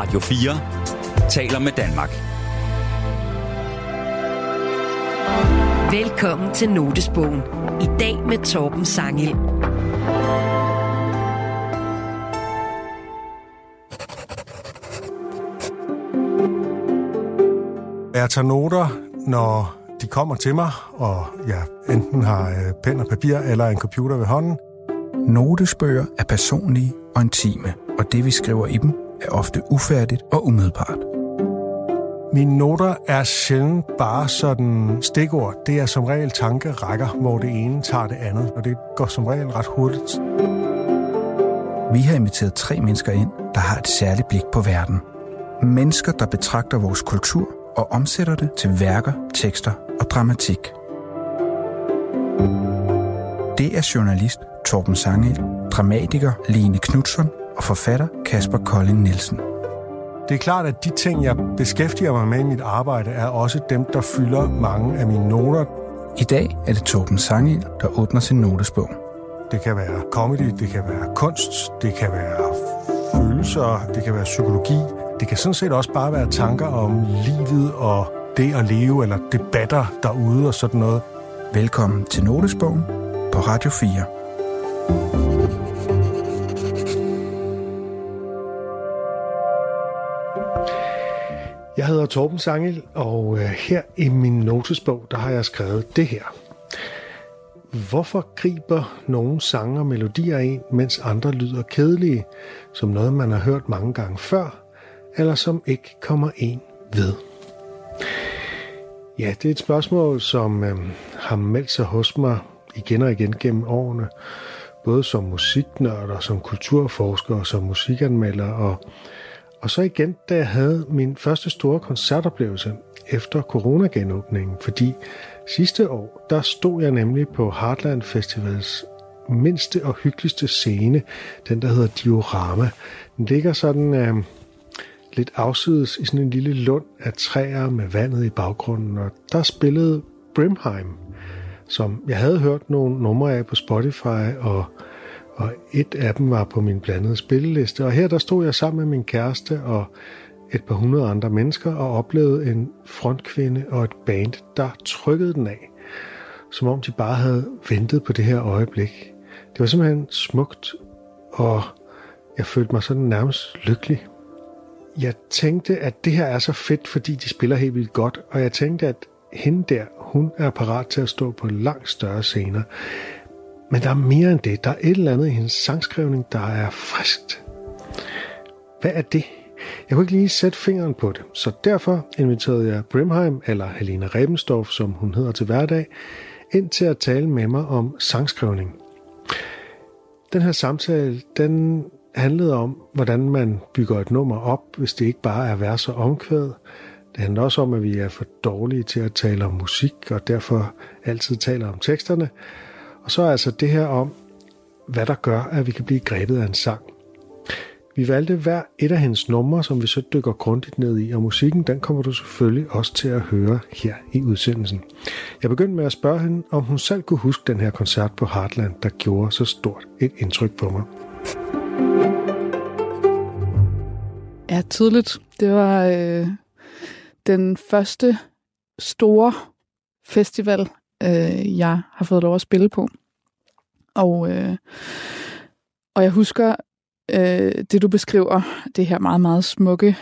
Radio 4 taler med Danmark. Velkommen til Notesbogen. I dag med Torben Sangel. Jeg tager noter, når de kommer til mig, og jeg enten har pen og papir eller en computer ved hånden. Notesbøger er personlige og intime, og det vi skriver i dem er ofte ufærdigt og umiddelbart. Mine noter er sjældent bare sådan stikord. Det er som regel tankerækker, hvor det ene tager det andet, og det går som regel ret hurtigt. Vi har inviteret 3 mennesker ind, der har et særligt blik på verden. Mennesker, der betragter vores kultur og omsætter det til værker, tekster og dramatik. Det er journalist Torben Sangel, dramatiker Line Knutzon og forfatter Kasper Kolding Nielsen. Det er klart, at de ting, jeg beskæftiger mig med i mit arbejde, er også dem, der fylder mange af mine noter. I dag er det Torben Sangel, der åbner sin notesbog. Det kan være comedy, det kan være kunst, det kan være følelser, det kan være psykologi. Det kan sådan set også bare være tanker om livet og det at leve, eller debatter derude og sådan noget. Velkommen til Notesbogen på Radio 4. Jeg hedder Torben Sangel, og her i min notesbog, der har jeg skrevet det her. Hvorfor griber nogle sange og melodier ind, mens andre lyder kedelige, som noget man har hørt mange gange før, eller som ikke kommer en ved? Ja, det er et spørgsmål, som har meldt sig hos mig igen og igen gennem årene, både som musiknørd og som kulturforsker og som musikanmelder. Og så igen, da jeg havde min første store koncertoplevelse efter coronagenåbningen, fordi sidste år, der stod jeg nemlig på Heartland Festivals mindste og hyggeligste scene, den der hedder Diorama. Den ligger sådan lidt afsides i sådan en lille lund af træer med vandet i baggrunden, og der spillede Brimheim, som jeg havde hørt nogle numre af på Spotify, og et af dem var på min blandede spilleliste. Og her der stod jeg sammen med min kæreste og et par 100 andre mennesker og oplevede en frontkvinde og et band, der trykkede den af, som om de bare havde ventet på det her øjeblik. Det var simpelthen smukt, og jeg følte mig sådan nærmest lykkelig. Jeg tænkte, at det her er så fedt, fordi de spiller helt vildt godt, og jeg tænkte, at hende der, hun er parat til at stå på langt større scener. Men der er mere end det. Der er et eller andet i hendes sangskrivning, der er friskt. Hvad er det? Jeg kunne ikke lige sætte fingeren på det, så derfor inviterede jeg Brimheim, eller Helena Rebensdorf, som hun hedder til hverdag, ind til at tale med mig om sangskrivning. Den her samtale, den handlede om, hvordan man bygger et nummer op, hvis det ikke bare er vers og omkvæd. Det handler også om, at vi er for dårlige til at tale om musik, og derfor altid taler om teksterne. Og så er altså det her om, hvad der gør, at vi kan blive grebet af en sang. Vi valgte hver et af hendes numre, som vi så dykker grundigt ned i, og musikken, den kommer du selvfølgelig også til at høre her i udsendelsen. Jeg begyndte med at spørge hende, om hun selv kunne huske den her koncert på Heartland, der gjorde så stort et indtryk på mig. Ja, tydeligt. Det var den første store festival, jeg har fået lov at spille på. Og jeg husker det, du beskriver, det her meget, meget smukke,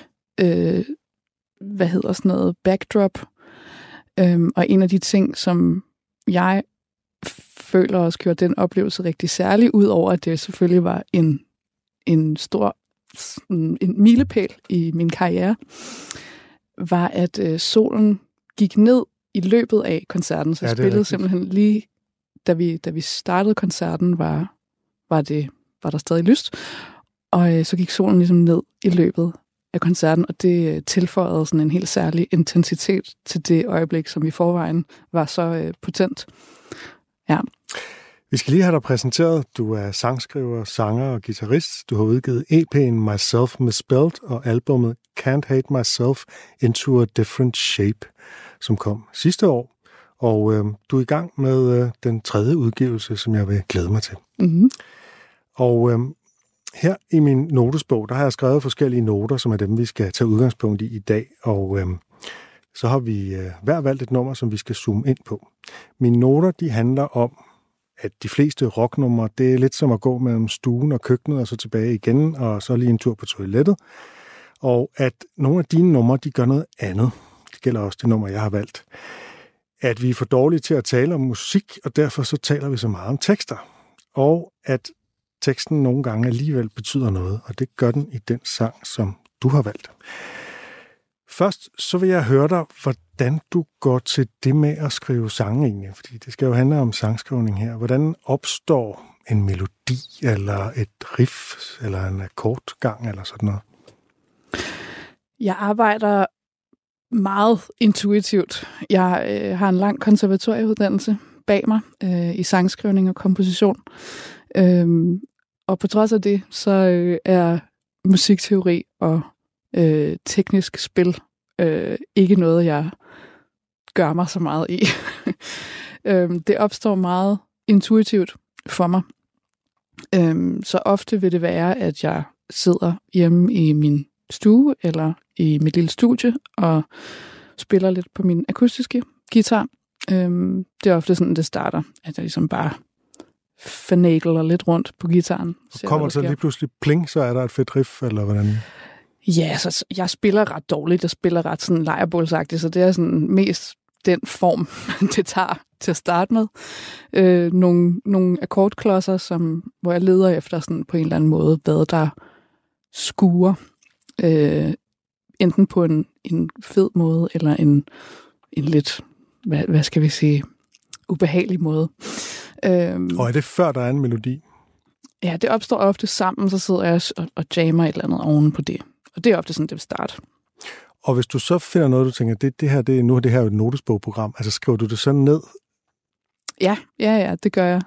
backdrop. Og en af de ting, som jeg føler også gjorde den oplevelse rigtig særlig, ud over at det selvfølgelig var en stor en milepæl i min karriere, var, at solen gik ned i løbet af koncerten, så jeg spillede simpelthen lige, da vi startede koncerten, var der stadig lyst, og så gik solen ligesom ned i løbet af koncerten, og det tilføjede sådan en helt særlig intensitet til det øjeblik, som i forvejen var så potent. Ja. Vi skal lige have dig præsenteret. Du er sangskriver, sanger og guitarist. Du har udgivet EP'en Myself Misspelled og albumet Can't Hate Myself Into a Different Shape, som kom sidste år. Og du er i gang med den 3. udgivelse, som jeg vil glæde mig til. Mm-hmm. Og Her i min notesbog, der har jeg skrevet forskellige noter, som er dem, vi skal tage udgangspunkt i dag, og så har vi hver valgt et nummer, som vi skal zoome ind på. Mine noter, de handler om, at de fleste rocknumre, det er lidt som at gå mellem stuen og køkkenet, og så tilbage igen, og så lige en tur på toilettet. Og at nogle af dine numre, de gør noget andet. Det gælder også det nummer, jeg har valgt. At vi er for dårlige til at tale om musik, og derfor så taler vi så meget om tekster. Og at teksten nogle gange alligevel betyder noget, og det gør den i den sang, som du har valgt. Først så vil jeg høre dig, hvordan du går til det med at skrive sange egentlig, fordi det skal jo handle om sangskrivning her. Hvordan opstår en melodi, eller et riff, eller en akkordgang, eller sådan noget? Jeg arbejder meget intuitivt. Jeg har en lang konservatorieuddannelse bag mig i sangskrivning og komposition. Og på trods af det, så er musikteori og teknisk spil ikke noget, jeg gør mig så meget i. Det opstår meget intuitivt for mig. Så ofte vil det være, at jeg sidder hjemme i min stue eller i mit lille studie og spiller lidt på min akustiske guitar. Det er ofte sådan, det starter, at jeg ligesom bare finagler lidt rundt på guitaren. Og kommer der så lige pludselig pling, så er der et fedt riff, eller hvordan? Ja, så jeg spiller ret dårligt. Jeg spiller ret sådan lejrebålsagtigt, så det er sådan mest den form, det tager til at starte med. Nogle akkordklodser, hvor jeg leder efter sådan på en eller anden måde, hvad der skuer. Enten på en fed måde, eller en lidt, hvad skal vi sige, ubehagelig måde. Og er det før, der er en melodi? Ja, det opstår ofte sammen, så sidder jeg og jammer et eller andet oven på det. Og det er ofte sådan, det vil starte. Og hvis du så finder noget, du tænker, nu er det her jo et notesbogprogram, altså skriver du det så ned? Ja, det gør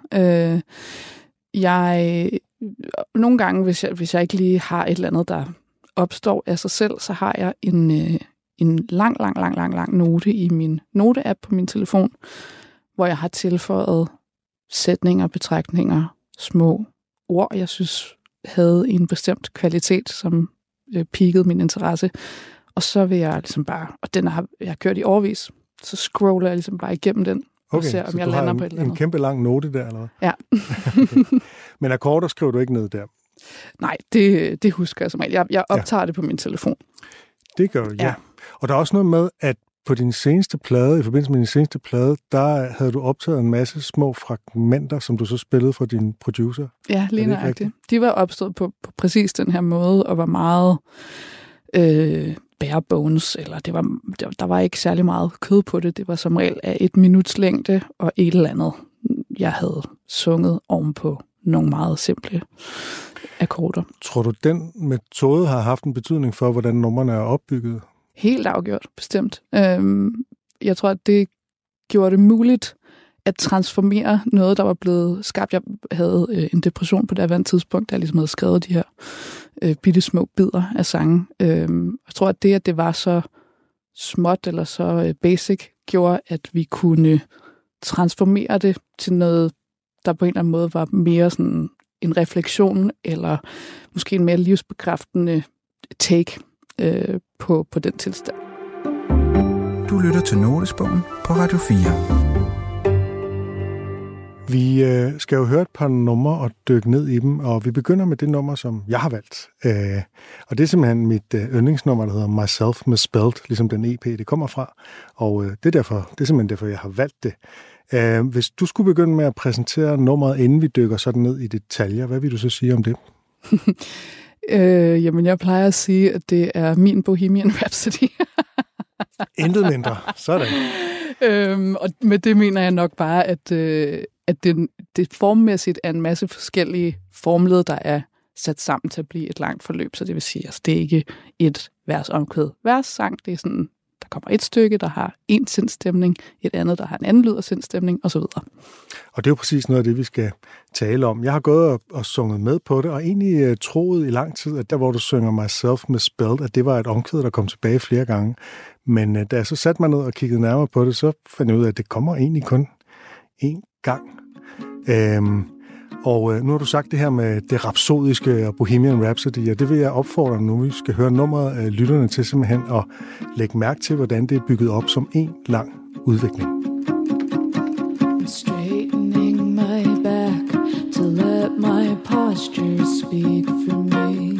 jeg. Nogle gange, hvis jeg ikke lige har et eller andet, der opstår af sig selv, så har jeg en lang note i min note-app på min telefon, hvor jeg har tilføjet sætninger, betragtninger, små ord, jeg synes havde en bestemt kvalitet, som pikkede min interesse. Og så vil jeg ligesom bare, og den har jeg kørt i årevis, så scroller jeg ligesom bare igennem den, og ser, om jeg lander på et eller andet. En kæmpe lang note der, eller hvad? Ja. Men akkorder skriver du ikke ned der? Nej, det husker jeg som regel. Jeg optager det på min telefon. Det gør du, ja. Og der er også noget med, at på din seneste plade, i forbindelse med din seneste plade, der havde du optaget en masse små fragmenter, som du så spillede fra din producer. Ja, lige nøjagtigt. De var opstået på præcis den her måde, og var meget bare bones, eller der var ikke særlig meget kød på det. Det var som regel af 1 minuts længde, og et eller andet, jeg havde sunget ovenpå nogle meget simple akkorder. Tror du, den metode har haft en betydning for, hvordan numrene er opbygget? Helt afgjort, bestemt. Jeg tror, at det gjorde det muligt at transformere noget, der var blevet skabt. Jeg havde en depression på det her tidspunkt, da jeg ligesom havde skrevet de her bitte små bidder af sange. Jeg tror, at det var så småt eller så basic, gjorde, at vi kunne transformere det til noget, der på en eller anden måde var mere sådan en refleksion, eller måske en mere livsbekræftende take på den tilstand. Du lytter til Notesbogen på Radio 4. Vi skal jo høre et par numre og dykke ned i dem, og vi begynder med det nummer, som jeg har valgt. Og det er simpelthen mit yndlingsnummer, der hedder Myself Misspelled, ligesom den EP, det kommer fra. Og det er simpelthen derfor, jeg har valgt det. Hvis du skulle begynde med at præsentere nummeret, inden vi dykker sådan ned i detaljer, hvad vil du så sige om det? Jamen, jeg plejer at sige, at det er min Bohemian Rhapsody. Intet mindre. Sådan. Og med det mener jeg nok bare, at det formmæssigt er en masse forskellige formled, der er sat sammen til at blive et langt forløb. Så det vil sige, at det er ikke et vers-omkvæd vers-sang. Det er sådan, der kommer et stykke, der har en sindstemning, et andet, der har en anden lyd af sindstemning, osv. Og det er jo præcis noget af det, vi skal tale om. Jeg har gået og sunget med på det, og egentlig troet i lang tid, at der, hvor du synger Myself Misspelled, at det var et omkvæd, der kom tilbage flere gange. Men da jeg så satte mig ned og kiggede nærmere på det, så fandt jeg ud af, at det kommer egentlig kun én gang. Og nu har du sagt det her med det rapsodiske og Bohemian Rhapsody, og det vil jeg opfordre nu. Vi skal høre nummeret af lytterne til simpelthen at lægge mærke til, hvordan det er bygget op som en lang udvikling. Straightening my back to let my posture speak for me.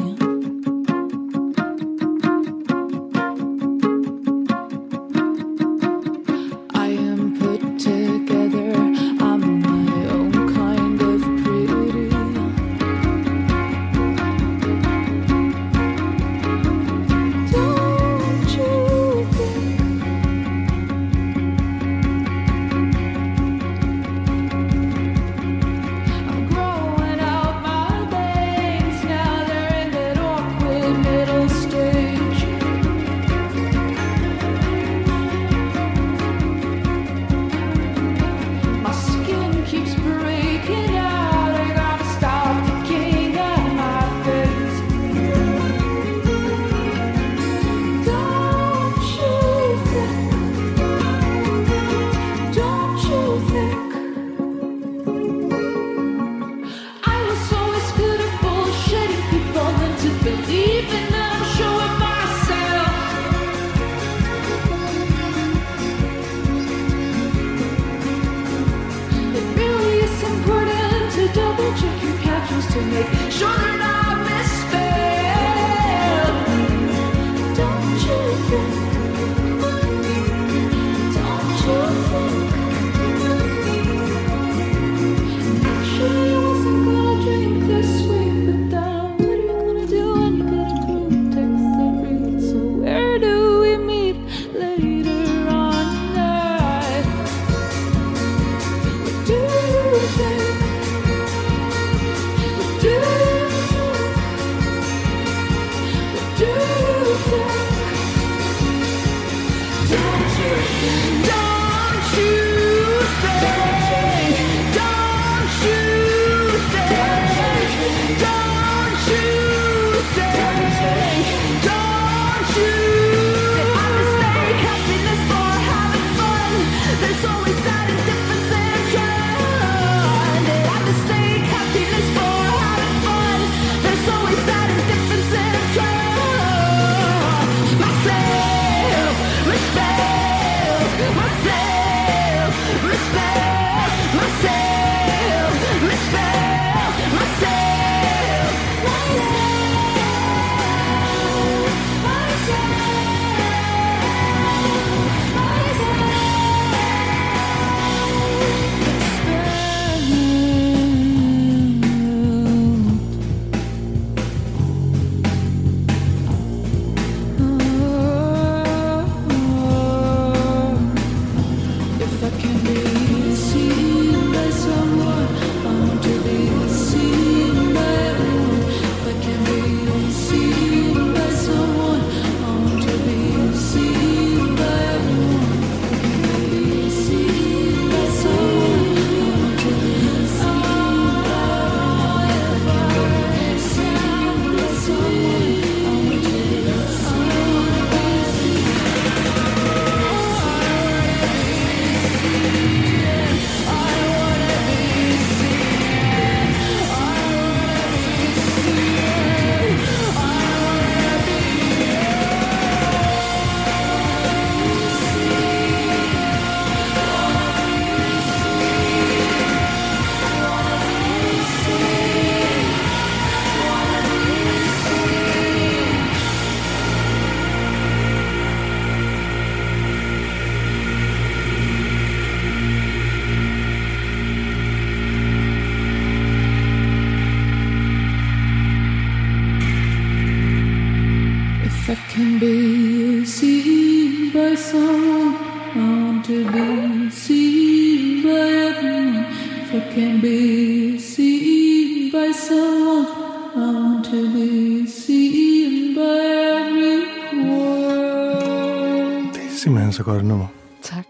Simpelthen så godt et nummer. Tak.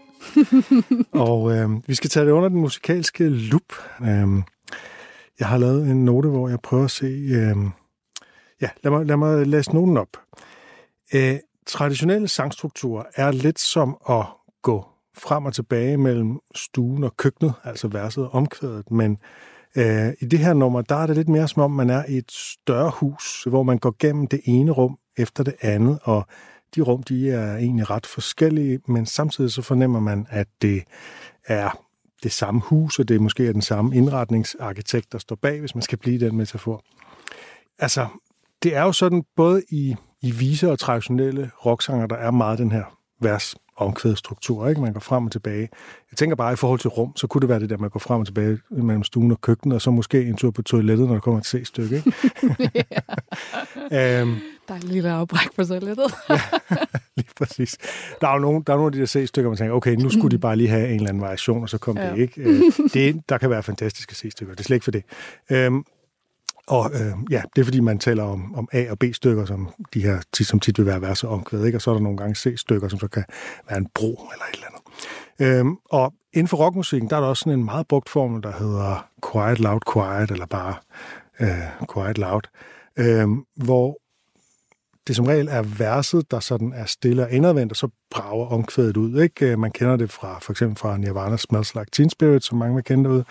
Og vi skal tage det under den musikalske lup. Jeg har lavet en note, hvor jeg prøver at se... lad mig læse noten op. Traditionelle sangstrukturer er lidt som at gå frem og tilbage mellem stuen og køkkenet, altså verset og omkvædet, men I det her nummer, der er det lidt mere som om, man er i et større hus, hvor man går gennem det ene rum efter det andet, og de rum, de er egentlig ret forskellige, men samtidig så fornemmer man, at det er det samme hus, og det måske er den samme indretningsarkitekt, der står bag, hvis man skal blive den metafor. Altså, det er jo sådan, både i vise og traditionelle rocksanger, der er meget den her vers-omkvædstruktur, ikke? Man går frem og tilbage. Jeg tænker bare, i forhold til rum, så kunne det være det der, man går frem og tilbage mellem stuen og køkkenet, og så måske en tur på toilettet, når der kommer et C-stykke, ikke? Der er en lille afbræk på toilettet. Ja, lige præcis. Der er nogle af de der C-stykker, man tænker, okay, nu skulle de bare lige have en eller anden variation, og så kom det ikke. Der kan være fantastiske C-stykker, det er slet ikke for det. Det er fordi, man taler om A- og B-stykker, som de her som tit vil være vers og omkvæd, ikke? Og så er der nogle gange C-stykker, som så kan være en bro eller et eller andet. Og inden for rockmusikken, der er der også sådan en meget brugt formel, der hedder quiet, loud, quiet, eller bare quiet, loud, hvor det som regel er verset, der sådan er stille og indadvendt, og så brager omkvædet ud, ikke? Man kender det for eksempel fra Nirvana Smells Like Teen Spirit, som mange vil kende derude.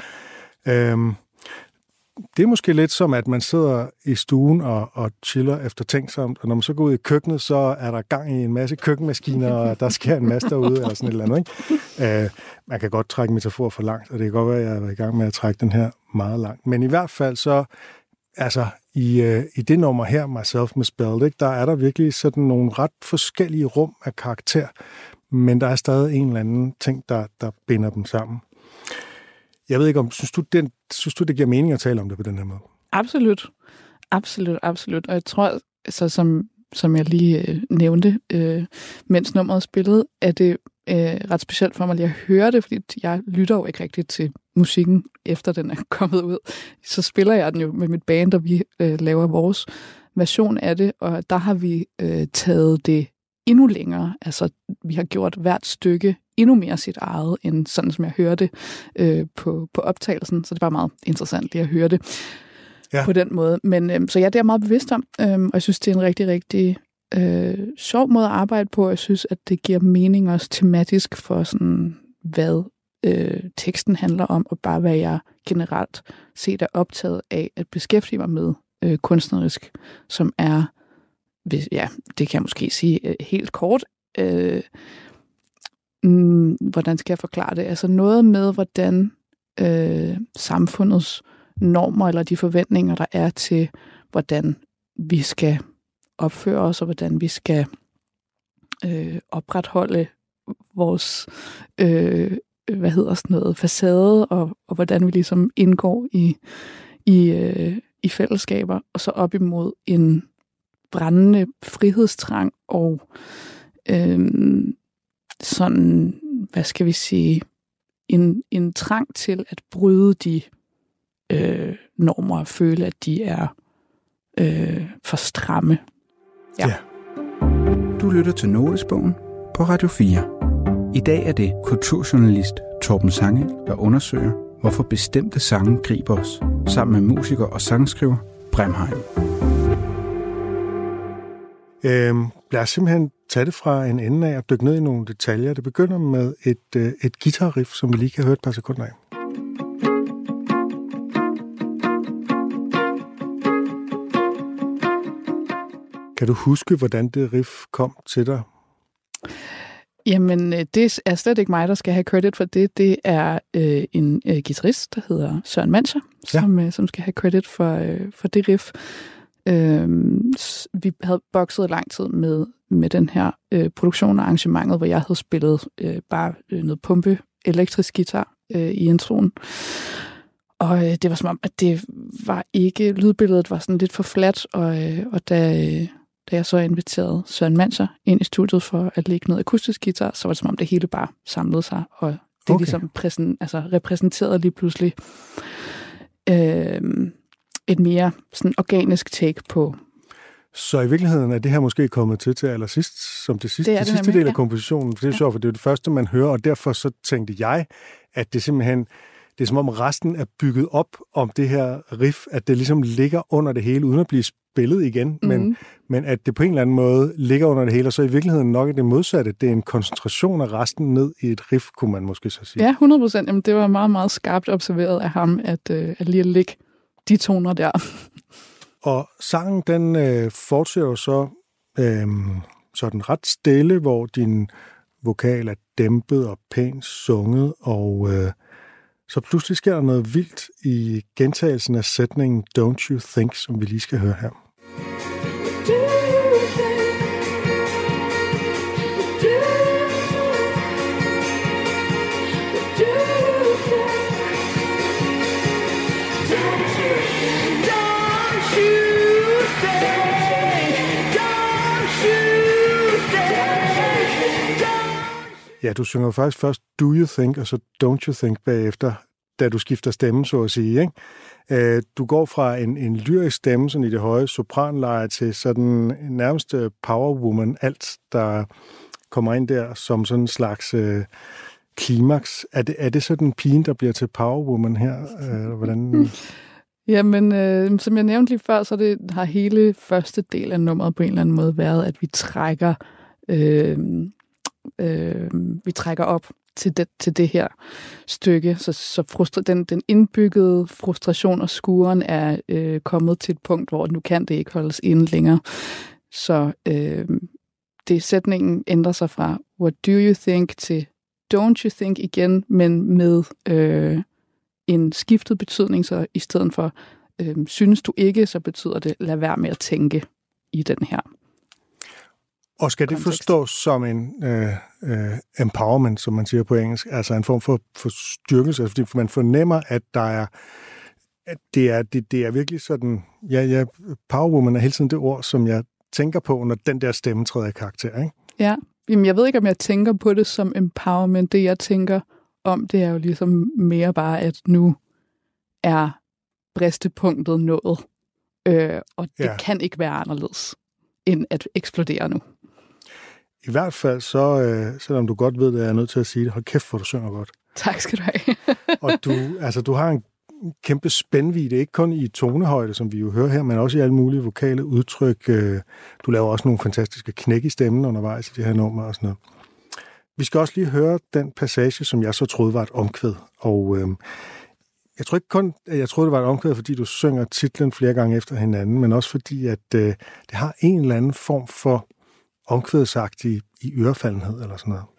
Det er måske lidt som, at man sidder i stuen og chiller eftertænksomt, og når man så går ud i køkkenet, så er der gang i en masse køkkenmaskiner, og der sker en masse derude, eller sådan et eller andet, ikke? Man kan godt trække metafor for langt, og det kan godt være, at jeg er i gang med at trække den her meget langt. Men i hvert fald så, altså i det nummer her, Myself Misspelled, ikke, der er der virkelig sådan nogle ret forskellige rum af karakter, men der er stadig en eller anden ting, der binder dem sammen. Jeg ved ikke om, synes du, det giver mening at tale om det på den her måde? Absolut. Og jeg tror, så som jeg lige nævnte, mens nummeret spillede, er det ret specielt for mig lige at høre det, fordi jeg lytter jo ikke rigtigt til musikken, efter den er kommet ud. Så spiller jeg den jo med mit band, og vi laver vores version af det, og der har vi taget det endnu længere. Altså, vi har gjort hvert stykke endnu mere sit eget, end sådan som jeg hørte på optagelsen. Så det var meget interessant lige at høre det på den måde. Men så ja, det er jeg meget bevidst om, og jeg synes, det er en rigtig, rigtig sjov måde at arbejde på. Jeg synes, at det giver mening også tematisk for sådan, hvad teksten handler om, og bare hvad jeg generelt set er optaget af at beskæftige mig med kunstnerisk, som er, det kan jeg måske sige helt kort. Hvordan skal jeg forklare det? Altså noget med, hvordan samfundets normer eller de forventninger, der er til, hvordan vi skal opføre os, og hvordan vi skal opretholde vores facade, og hvordan vi ligesom indgår i fællesskaber, og så op imod en brændende frihedstrang og sådan, hvad skal vi sige, en trang til at bryde de normer og føle, at de er for stramme. Ja. Du lytter til Notesbogen på Radio 4. I dag er det kulturjournalist Torben Sangel, der undersøger, hvorfor bestemte sange griber os, sammen med musiker og sangskriver Bremheim. Lad os simpelthen tage det fra en ende af og dykke ned i nogle detaljer. Det begynder med et guitarriff, som vi lige kan høre et par sekunder af. Kan du huske, hvordan det riff kom til dig? Jamen, det er slet ikke mig, der skal have credit for det. Det er en guitarist, der hedder Søren Mancher, som skal have credit for det riff. Vi havde bokset lang tid med den her produktion og arrangementet, hvor jeg havde spillet bare noget pumpe elektrisk guitar i introen. Og det var som om, at det var ikke, lydbilledet var sådan lidt for fladt, og da jeg så inviterede Søren Mancher ind i studiet for at lægge noget akustisk guitar, så var det som om, det hele bare samlede sig, og det ligesom repræsenterede lige pludselig et mere sådan organisk take på. Så i virkeligheden er det her måske kommet til allersidst, som det sidste del af kompositionen. Det er sjovt, for det er det første, man hører, og derfor så tænkte jeg, at det simpelthen, det er som om resten er bygget op om det her riff, at det ligesom ligger under det hele, uden at blive billede igen, men at det på en eller anden måde ligger under det hele, og så i virkeligheden nok er det modsatte. Det er en koncentration af resten ned i et riff, kunne man måske så sige. Ja, 100%. Jamen, det var meget, meget skarpt observeret af ham, at lige at lægge de toner der. Og sangen, den fortsætter jo så sådan ret stille, hvor din vokal er dæmpet og pænt sunget, og så pludselig sker der noget vildt i gentagelsen af sætningen Don't You Think, som vi lige skal høre her. Ja, du synger faktisk først Do You Think, og så Don't You Think bagefter, da du skifter stemme, så at sige, ikke? Du går fra en lyrisk stemme, sådan i det høje sopranleje, til sådan nærmest power woman, alt der kommer ind der som sådan en slags klimaks. Er det sådan pigen, der bliver til power woman her? Hvordan? Jamen, som jeg nævnte lige før, så har hele første del af nummeret på en eller anden måde været, at vi trækker op til det her stykke, så den indbyggede frustration og skuren er kommet til et punkt, hvor nu kan det ikke holdes inde længere. Så sætningen ændrer sig fra What do you think til Don't you think igen, men med en skiftet betydning, så i stedet for synes du ikke, så betyder det lad være med at tænke i den her. Og skal det forstås som en empowerment, som man siger på engelsk, altså en form for styrkelse, fordi man fornemmer, at det er virkelig sådan, powerwoman er hele tiden det ord, som jeg tænker på, når den der stemme træder i karakter, ikke? Ja, jamen jeg ved ikke, om jeg tænker på det som empowerment. Det jeg tænker om, det er jo ligesom mere bare, at nu er bristepunktet nået, og det kan ikke være anderledes, end at eksplodere nu. I hvert fald, så selvom du godt ved det, er jeg nødt til at sige det, hold kæft, hvor du synger godt. Tak skal du have. Og du har en kæmpe spændvidde, ikke kun i tonehøjde, som vi jo hører her, men også i alle mulige vokale udtryk. Du laver også nogle fantastiske knæk i stemmen undervejs i det her nummer og sådan noget. Vi skal også lige høre den passage, som jeg så troede var et omkvæd. Og jeg tror ikke kun, at jeg troede, det var et omkvæd, fordi du synger titlen flere gange efter hinanden, men også fordi, at det har en eller anden form for omkvædsagtig i ørefaldenhed eller sådan noget.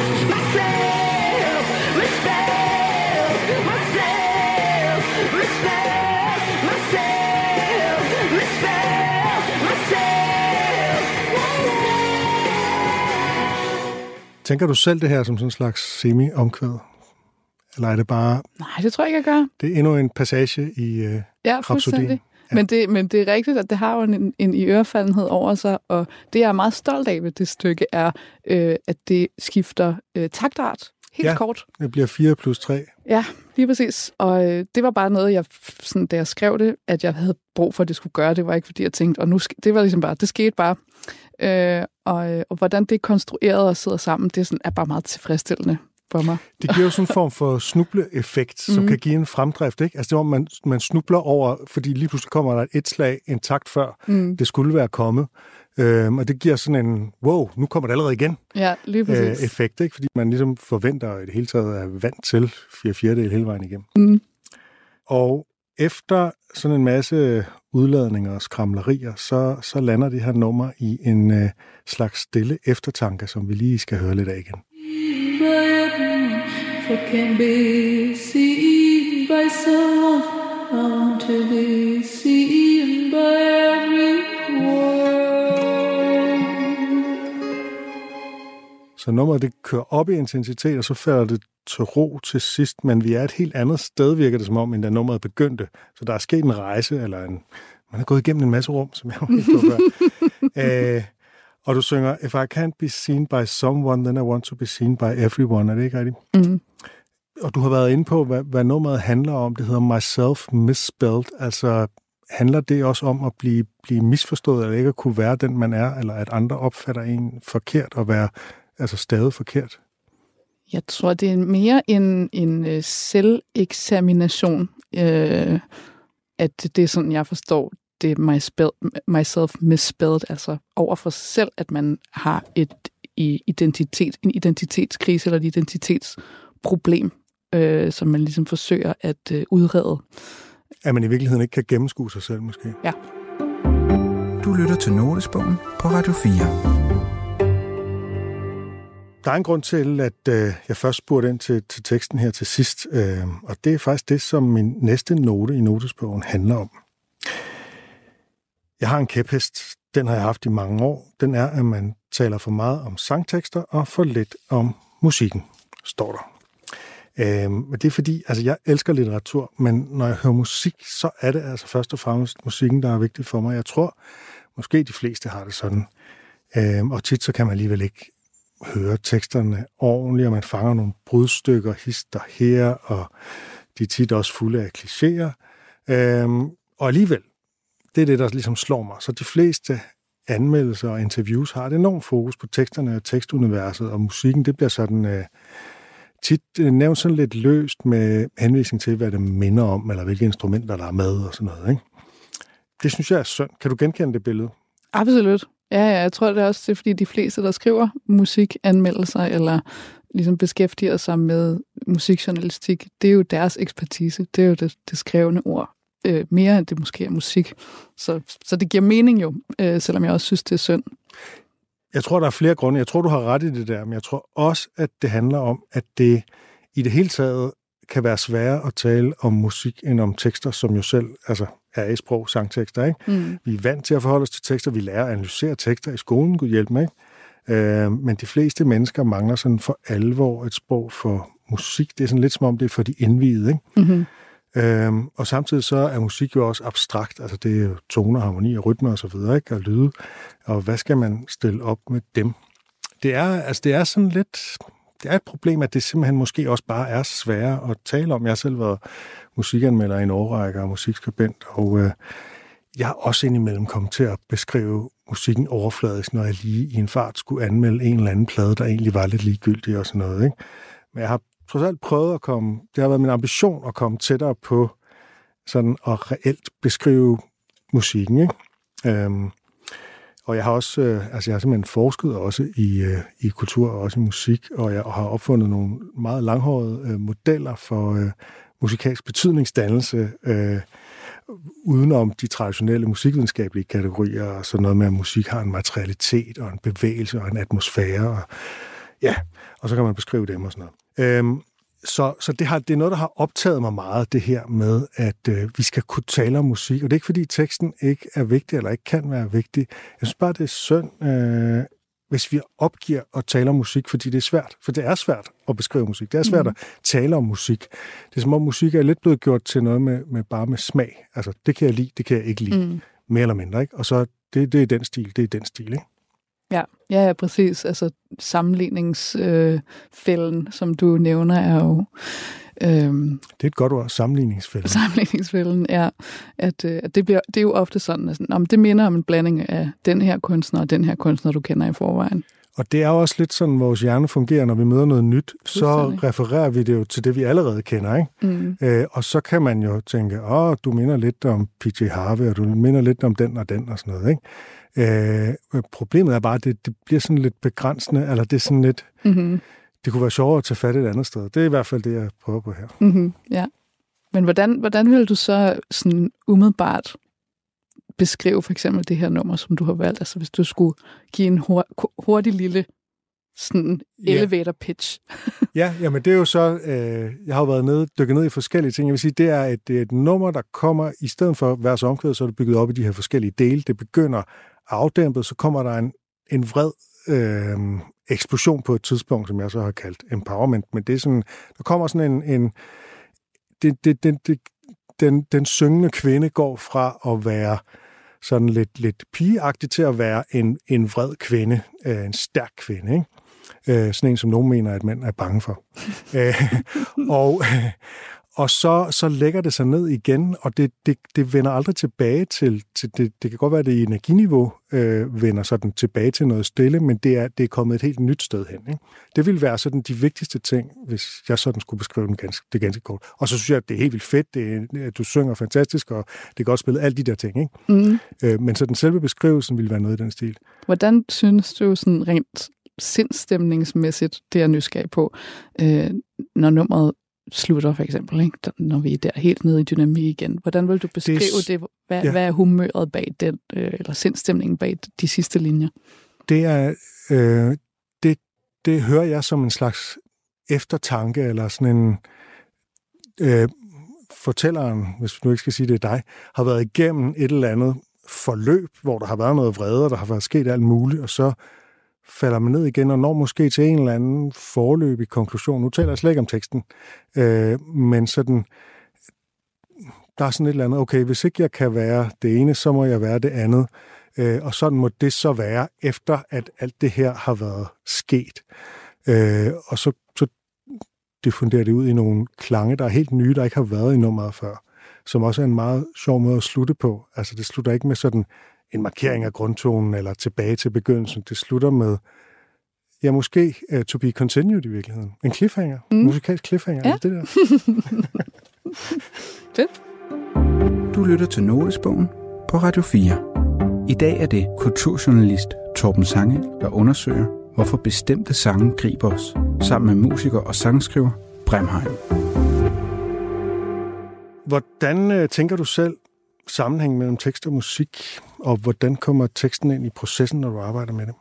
Tænker du selv det her som sådan en slags semi-omkvæd? Eller er det bare... Nej, det tror jeg ikke, jeg gør. Det er endnu en passage i Rhapsodien. Ja. Men det er rigtigt, at det har jo en iørefaldenhed over sig, og det, jeg er meget stolt af ved det stykke, er, at det skifter taktart helt kort. Det bliver 4+3. Ja, lige præcis. Og det var bare noget, da jeg skrev det, at jeg havde brug for, at det skulle gøre. Det var ikke, fordi jeg tænkte, og nu det var ligesom bare, det skete bare. Og hvordan det er konstrueret og sidder sammen, det er bare meget tilfredsstillende for mig. Det giver jo sådan en form for snubleeffekt, som kan give en fremdrift, ikke? Altså det var, man snubler over, fordi lige pludselig kommer der et slag en takt før, det skulle være kommet. Og det giver sådan en, wow, nu kommer det allerede igen, effekt, ikke? Fordi man ligesom forventer, at det hele taget er vant til 4/4 hele vejen igennem. Og efter sådan en masse udladninger og skramlerier, så lander det her nummer i en slags stille eftertanke, som vi lige skal høre lidt af igen. For can be seen by someone, I want to be seen by everyone. Så nummeret det kører op i intensitet, og så falder det til ro til sidst, men vi er et helt andet sted, virker det som om, end da nummeret begyndte. Så der er sket en rejse, eller man har gået igennem en masse rum, som jeg var ikke på før. Og du synger, If I can't be seen by someone, then I want to be seen by everyone. Er det ikke rigtigt? Mm. Og du har været inde på, hvad nummeret handler om. Det hedder Myself Misspelled. Altså, handler det også om at blive misforstået, eller ikke at kunne være den, man er, eller at andre opfatter en forkert og være stadig forkert? Jeg tror, det er mere en selveksamination, at det er sådan, jeg forstår det er myself misspelled, altså over for sig selv, at man har en identitetskrise eller et identitetsproblem, som man ligesom forsøger at udrede. At man i virkeligheden ikke kan gennemskue sig selv, måske. Ja. Du lytter til Notesbogen på Radio 4. Der er en grund til, at jeg først spurgte ind til teksten her til sidst, og det er faktisk det, som min næste note i Notesbogen handler om. Jeg har en kæphest, den har jeg haft i mange år. Den er, at man taler for meget om sangtekster og for lidt om musikken, står der. Men det er fordi, altså jeg elsker litteratur, men når jeg hører musik, så er det altså først og fremmest musikken, der er vigtig for mig. Jeg tror, måske de fleste har det sådan. Og tit så kan man alligevel ikke høre teksterne ordentligt, og man fanger nogle brudstykker, hister her, og de er tit også fulde af klichéer. Og alligevel, det er det, der ligesom slår mig. Så de fleste anmeldelser og interviews har et enormt fokus på teksterne og tekstuniverset, og musikken, det bliver sådan tit nævnt sådan lidt løst med henvisning til, hvad det minder om, eller hvilke instrumenter, der er med, og sådan noget, ikke? Det synes jeg er synd. Kan du genkende det billede? Absolut. Ja, jeg tror det er også, det er, fordi de fleste, der skriver musikanmeldelser, eller ligesom beskæftiger sig med musikjournalistik, det er jo deres ekspertise. Det er jo det skrevne ord. Mere end det måske er musik. Så det giver mening jo, selvom jeg også synes, det er synd. Jeg tror, der er flere grunde. Jeg tror, du har ret i det der, men jeg tror også, at det handler om, at det i det hele taget kan være sværere at tale om musik end om tekster, som jo selv altså er i sprog, sangtekster, ikke? Mm. Vi er vant til at forholde os til tekster. Vi lærer at analysere tekster i skolen, Gud hjælp mig, ikke? Men de fleste mennesker mangler sådan for alvor et sprog for musik. Det er sådan lidt som om, det er for de indviede, ikke? Mm-hmm. Og samtidig så er musik jo også abstrakt. Altså det er jo toner, harmoni og rytmer og så videre, ikke? Og lyde. Og hvad skal man stille op med dem? Det er sådan lidt... Det er et problem, at det simpelthen måske også bare er sværere at tale om. Jeg har selv været musikanmelder i en årrække og musikskribent, og jeg har også indimellem kommet til at beskrive musikken overfladisk, når jeg lige i en fart skulle anmelde en eller anden plade, der egentlig var lidt ligegyldig og sådan noget, ikke? Men jeg har trods alt prøvet at komme... Det har været min ambition at komme tættere på sådan at reelt beskrive musikken, ikke? Og jeg har også, jeg har simpelthen forsket også i kultur og også i musik, og jeg har opfundet nogle meget langhårede modeller for musikalsk betydningsdannelse, udenom de traditionelle musikvidenskabelige kategorier, og sådan noget med, at musik har en materialitet og en bevægelse og en atmosfære, og ja, og så kan man beskrive dem og sådan noget. Så det er noget, der har optaget mig meget, det her med, at vi skal kunne tale om musik. Og det er ikke, fordi teksten ikke er vigtig, eller ikke kan være vigtig. Jeg synes bare, det er synd, hvis vi opgiver at tale om musik, fordi det er svært. For det er svært at beskrive musik. Det er svært at tale om musik. Det er som om musik er lidt blevet gjort til noget med smag. Altså, det kan jeg lide, det kan jeg ikke lide. Mere eller mindre, ikke? Og så, det er den stil, ikke? Ja, præcis. Altså sammenligningsfælden, som du nævner, er jo... det er et godt ord, sammenligningsfælden. Sammenligningsfælden, ja. At det er jo ofte sådan, at det minder om en blanding af den her kunstner og den her kunstner, du kender i forvejen. Og det er jo også lidt sådan, vores hjerne fungerer, når vi møder noget nyt, så refererer vi det jo til det, vi allerede kender, ikke? Og så kan man jo tænke, du minder lidt om PJ Harvey, og du minder lidt om den og den og sådan noget, ikke? Problemet er bare, at det bliver sådan lidt begrænsende, eller det er sådan lidt... Mm-hmm. Det kunne være sjovere at tage fat et andet sted. Det er i hvert fald det, jeg prøver på her. Mm-hmm, ja. Men hvordan vil du så sådan umiddelbart beskrive for eksempel det her nummer, som du har valgt? Altså hvis du skulle give en hurtig lille sådan elevator pitch. men det er jo så... jeg har jo været dykket ned i forskellige ting. Jeg vil sige, det er et nummer, der kommer... I stedet for vers omkvæd, så er det bygget op i de her forskellige dele. Det begynder afdæmpet, så kommer der en vred eksplosion på et tidspunkt, som jeg så har kaldt empowerment. Men det er sådan... Der kommer sådan den syngende kvinde går fra at være sådan lidt pigeagtig til at være en vred kvinde, en stærk kvinde, ikke? Sådan en, som nogen mener, at mænd er bange for. Og så lægger det sig ned igen, og det vender aldrig tilbage til det. Det kan godt være, at det i energiniveau vender sådan tilbage til noget stille, men det er kommet et helt nyt sted hen. Ikke? Det vil være sådan de vigtigste ting, hvis jeg sådan skulle beskrive det ganske kort. Og så synes jeg, at det er helt vildt fedt. Du synger fantastisk, og det kan godt spille alle de der ting. Ikke? Men så den selve beskrivelsen vil være noget i den stil. Hvordan synes du sådan rent sindstemningsmæssigt, det er nysgerrig på, når nummeret slutter, for eksempel, ikke? Når vi er der helt nede i dynamik igen. Hvordan vil du beskrive det? Hvad er humøret bag den, eller sindstemningen bag de sidste linjer? Det er, det hører jeg som en slags eftertanke, eller sådan en fortælleren, hvis du ikke skal sige, det er dig, har været igennem et eller andet forløb, hvor der har været noget vrede, og der har været sket alt muligt, og så falder man ned igen og når måske til en eller anden forløbig konklusion. Nu taler jeg slet ikke om teksten, men sådan, der er sådan et eller andet, okay, hvis ikke jeg kan være det ene, så må jeg være det andet. Og sådan må det så være, efter at alt det her har været sket. Og så diffunderer det ud i nogle klange, der er helt nye, der ikke har været i nummeret før, som også er en meget sjov måde at slutte på. Altså det slutter ikke med sådan en markering af grundtonen, eller tilbage til begyndelsen. Det slutter med, ja, måske to be continued i virkeligheden. En cliffhanger. Musikalsk cliffhanger. Ja. Det der. Fedt. Du lytter til Notesbogen på Radio 4. I dag er det kulturjournalist Torben Sangel, der undersøger, hvorfor bestemte sange griber os, sammen med musiker og sangskriver Bremheim. Hvordan tænker du selv sammenhæng mellem tekst og musik, og hvordan kommer teksten ind i processen, når du arbejder med det?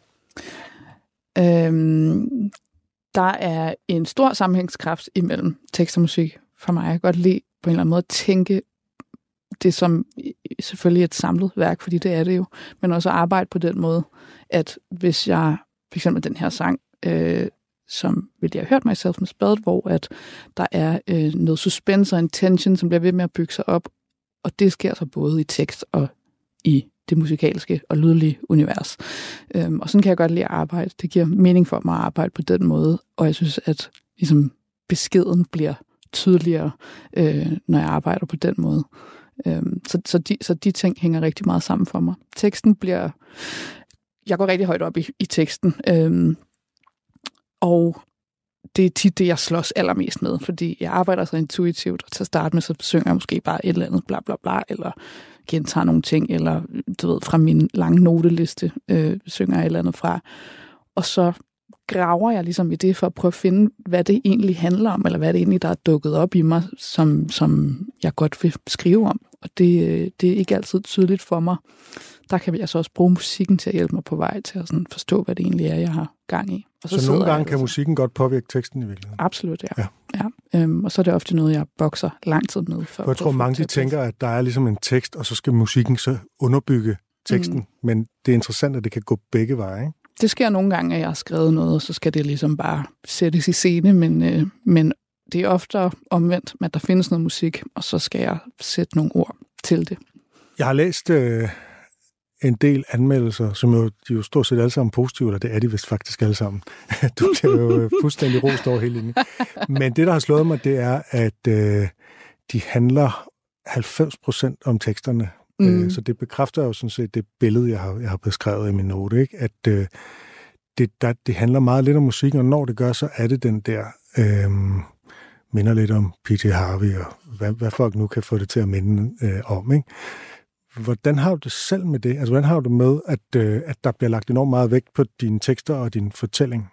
Der er en stor sammenhængskraft imellem tekst og musik for mig. Jeg kan godt lide på en eller anden måde at tænke det som selvfølgelig et samlet værk, fordi det er det jo, men også at arbejde på den måde, at hvis jeg, for eksempel den her sang, som vil jeg have hørt Myself med spadet, hvor at der er noget suspense og en tension, som bliver ved med at bygge sig op, og det sker så både i tekst og i det musikalske og lydlige univers. Og sådan kan jeg godt lide at arbejde. Det giver mening for mig at arbejde på den måde, og jeg synes, at ligesom, beskeden bliver tydeligere, når jeg arbejder på den måde. Så de ting hænger rigtig meget sammen for mig. Teksten bliver... Jeg går rigtig højt op i teksten, og det er tit det, jeg slås allermest med, fordi jeg arbejder så intuitivt, og til at starte med, så synger jeg måske bare et eller andet bla bla bla, eller gentager nogle ting, eller du ved, fra min lange noteliste synger jeg et eller andet fra. Og så graver jeg ligesom i det, for at prøve at finde, hvad det egentlig handler om, eller hvad det egentlig, der er dukket op i mig, som jeg godt vil skrive om. Og det er ikke altid tydeligt for mig. Der kan jeg så også bruge musikken til at hjælpe mig på vej til at sådan forstå, hvad det egentlig er, jeg har gang i. Og så nogle gange kan musikken godt påvirke teksten i virkeligheden? Absolut, ja. Og så er det ofte noget, jeg bokser lang tid med. For jeg tror, mange de tænker, at der er ligesom en tekst, og så skal musikken så underbygge teksten. Men det er interessant, at det kan gå begge veje, ikke? Det sker nogle gange, at jeg har skrevet noget, og så skal det ligesom bare sættes i scene, men det er ofte omvendt, at der findes noget musik, og så skal jeg sætte nogle ord til det. Jeg har læst en del anmeldelser, som de jo stort set alle sammen positive, eller det er de vist faktisk alle sammen. Du bliver jo fuldstændig rost over hele linjen. Men det, der har slået mig, det er, at de handler 90% om teksterne. Så det bekræfter jo sådan set det billede, jeg har beskrevet i min note, ikke? At det handler meget lidt om musikken, og når det gør, så er det den der, minder lidt om P.T. Harvey, og hvad folk nu kan få det til at minde om, ikke? Hvordan har du det selv med det? Altså, hvordan har du det med, at der bliver lagt enormt meget vægt på dine tekster og din fortælling?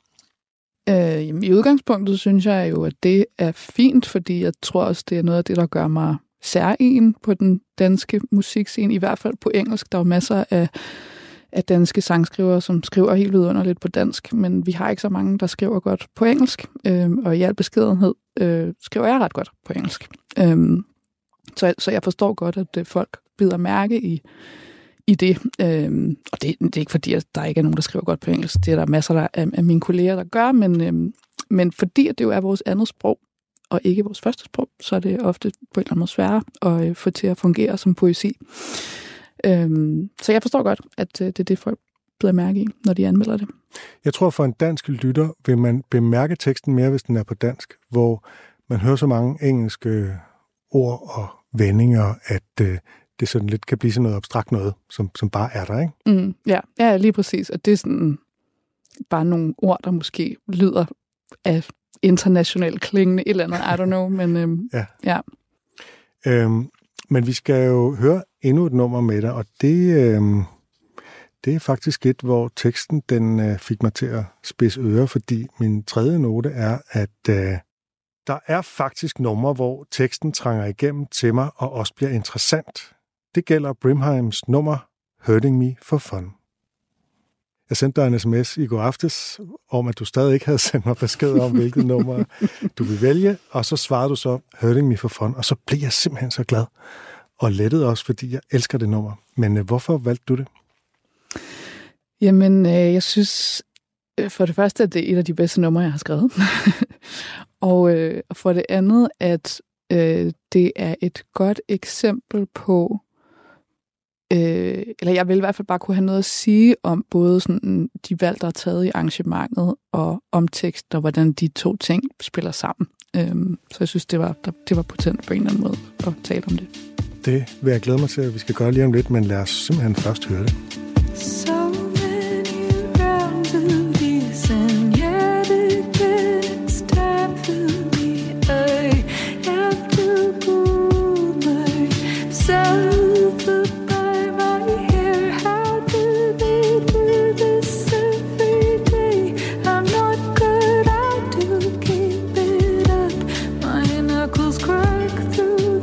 I udgangspunktet synes jeg jo, at det er fint, fordi jeg tror også, det er noget af det, der gør mig særegen på den danske musikscene, i hvert fald på engelsk. Der er jo masser af danske sangskrivere, som skriver helt vidunderligt på dansk, men vi har ikke så mange, der skriver godt på engelsk, og i al beskedenhed skriver jeg ret godt på engelsk. Så jeg forstår godt, at folk bider mærke i det. Og det er ikke fordi, at der ikke er nogen, der skriver godt på engelsk. Det er der masser af mine kolleger, der gør, men fordi at det jo er vores andet sprog, og ikke vores første sprog, så er det ofte på en eller anden måde sværere at få til at fungere som poesi. Så jeg forstår godt, at det er det, folk bider mærke i, når de anmelder det. Jeg tror, for en dansk lytter vil man bemærke teksten mere, hvis den er på dansk, hvor man hører så mange engelske ord og vendinger, at det sådan lidt kan blive sådan noget abstrakt noget, som bare er der, ikke? Ja, lige præcis. Og det er sådan bare nogle ord, der måske lyder af internationalt klingende, et eller andet, I don't know, men ja. Men vi skal jo høre endnu et nummer med dig, og det er faktisk et, hvor teksten den fik mig til at spidse ører, fordi min tredje note er, at der er faktisk numre, hvor teksten trænger igennem til mig og også bliver interessant. Det gælder Brimheims nummer Hurting Me for Fun. Jeg sendte dig en sms i går aftes om, at du stadig ikke havde sendt mig besked om, hvilket nummer du vil vælge, og så svarede du så Hurting Me for Fun, og så blev jeg simpelthen så glad og lettet også, fordi jeg elsker det nummer. Men hvorfor valgte du det? Jamen, jeg synes for det første, at det er et af de bedste numre, jeg har skrevet. Og for det andet, at det er et godt eksempel på, eller jeg vil i hvert fald bare kunne have noget at sige om både sådan de valg, der er taget i arrangementet, og om tekst, og hvordan de to ting spiller sammen. Så jeg synes, det var potent på en eller anden måde at tale om det. Det vil jeg glæde mig til, at vi skal gøre lige om lidt, men lad os simpelthen først høre det.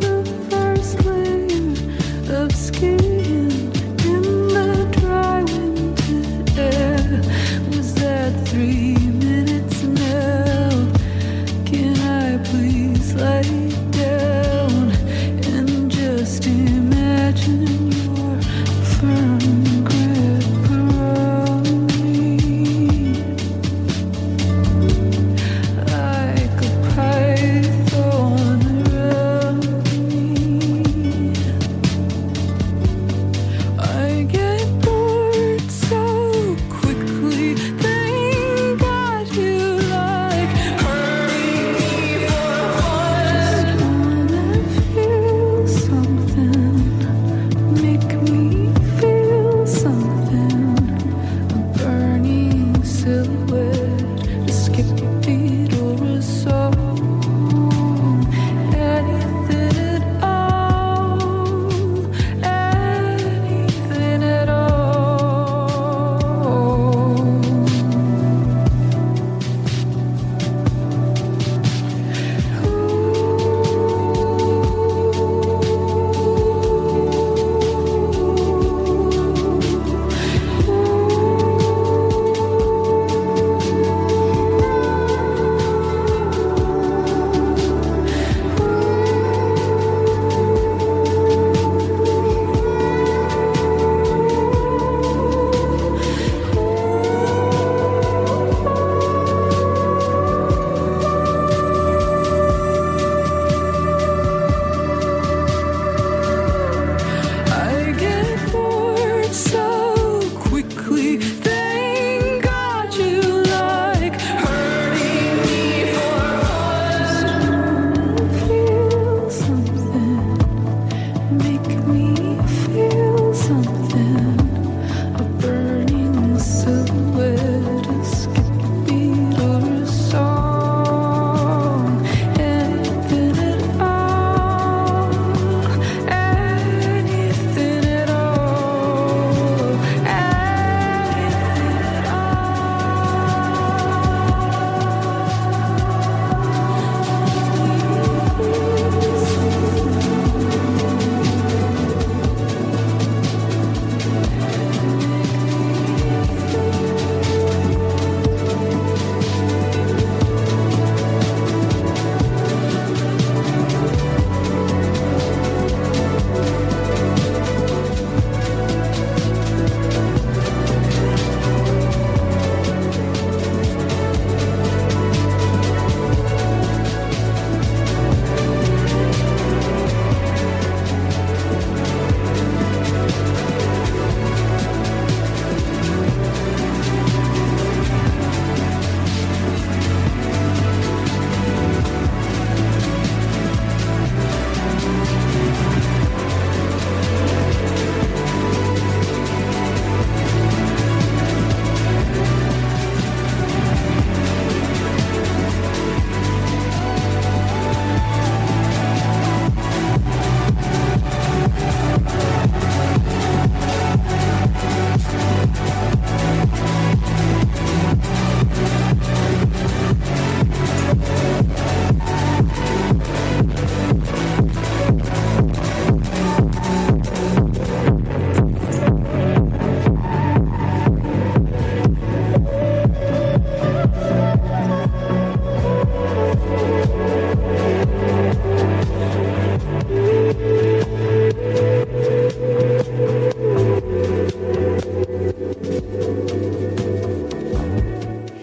Skin in the dry wind.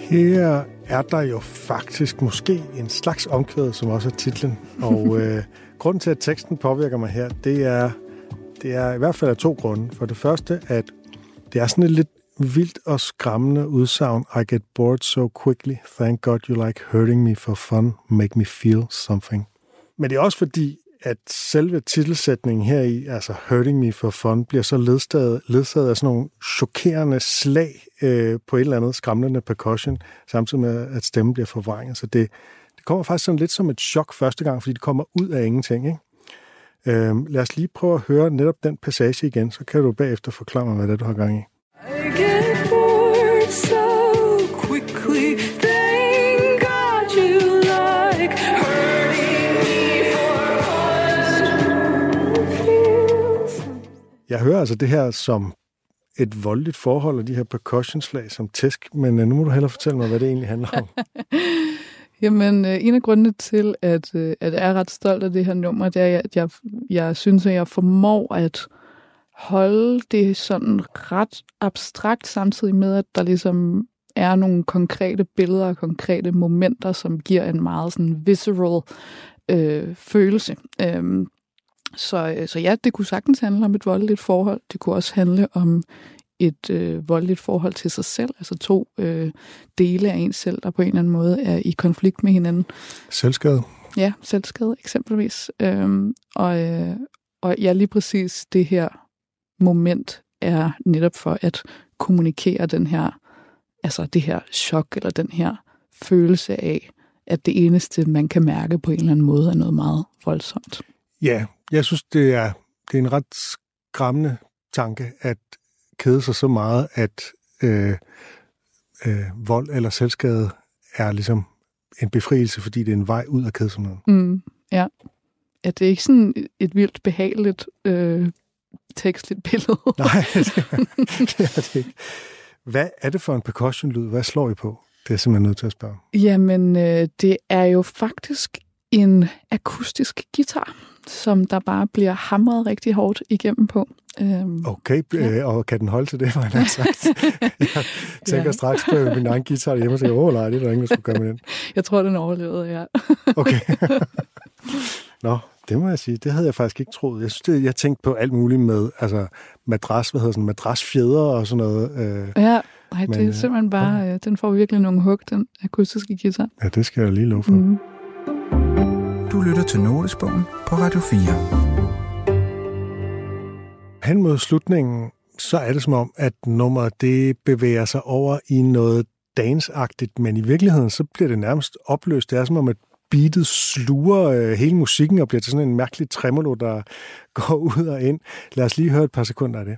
Her er der jo faktisk måske en slags omkvæd, som også er titlen. Og grunden til, at teksten påvirker mig her, det er i hvert fald af 2 grunde. For det første, at det er sådan et lidt vildt og skræmmende udsagn. I get bored so quickly. Thank God you like hurting me for fun. Make me feel something. Men det er også fordi, at selve titelsætningen heri, altså hurting me for fun, bliver så ledsaget af sådan nogle chokerende slag på et eller andet skræmmende percussion, samtidig med, at stemmen bliver forvrænget. Så det kommer faktisk sådan lidt som et chok første gang, fordi det kommer ud af ingenting, ikke? Lad os lige prøve at høre netop den passage igen, så kan du bagefter forklare mig, hvad det er, du har gang i. I get bored so quickly. Thank God you like hurting me for fun. Jeg hører altså det her som et voldeligt forhold, og de her percussionslag som tæsk, men nu må du hellere fortælle mig, hvad det egentlig handler om. Jamen, en af grundene til, at jeg er ret stolt af det her nummer, det er, at jeg synes, at jeg formår at holde det sådan ret abstrakt, samtidig med, at der ligesom er nogle konkrete billeder og konkrete momenter, som giver en meget sådan visceral følelse. Så ja, det kunne sagtens handle om et voldeligt forhold. Det kunne også handle om et voldeligt forhold til sig selv. Altså 2 dele af ens selv, der på en eller anden måde er i konflikt med hinanden. Selvskade? Ja, selvskade eksempelvis. Og ja, lige præcis det her moment er netop for at kommunikere den her, altså det her chok, eller den her følelse af, at det eneste, man kan mærke på en eller anden måde, er noget meget voldsomt. Ja, jeg synes, det er en ret skræmmende tanke, at kede sig så meget, at vold eller selvskade er ligesom en befrielse, fordi det er en vej ud af kedsomheden. Ja. Ja, det er ikke sådan et vildt behageligt tekstligt billede. Nej, det er det ikke. Hvad er det for en percussion-lyd? Hvad slår I på? Det er jeg simpelthen nødt til at spørge. Jamen, det er jo faktisk en akustisk guitar, som der bare bliver hamret rigtig hårdt igennem på. Okay, og kan den holde til det, var han sagt? Jeg tænker straks på min egen guitar hjemme og siger, nej, det er der ingen, der skulle gøre med den. Jeg tror, den overlevede, ja. Okay. Nå, det må jeg sige. Det havde jeg faktisk ikke troet. Jeg synes, jeg tænkte på alt muligt med, altså madrasfjeder og sådan noget. Ja, nej, det er simpelthen bare, den får virkelig nogle hug, den akustiske guitar. Ja, det skal jeg lige love for. Mm. Du lytter til Notesbogen på Radio 4. Hen mod slutningen, så er det som om, at nummeret det bevæger sig over i noget dance-agtigt, men i virkeligheden så bliver det nærmest opløst. Det er som om, at beatet sluger hele musikken og bliver til sådan en mærkelig tremolo, der går ud og ind. Lad os lige høre et par sekunder af det.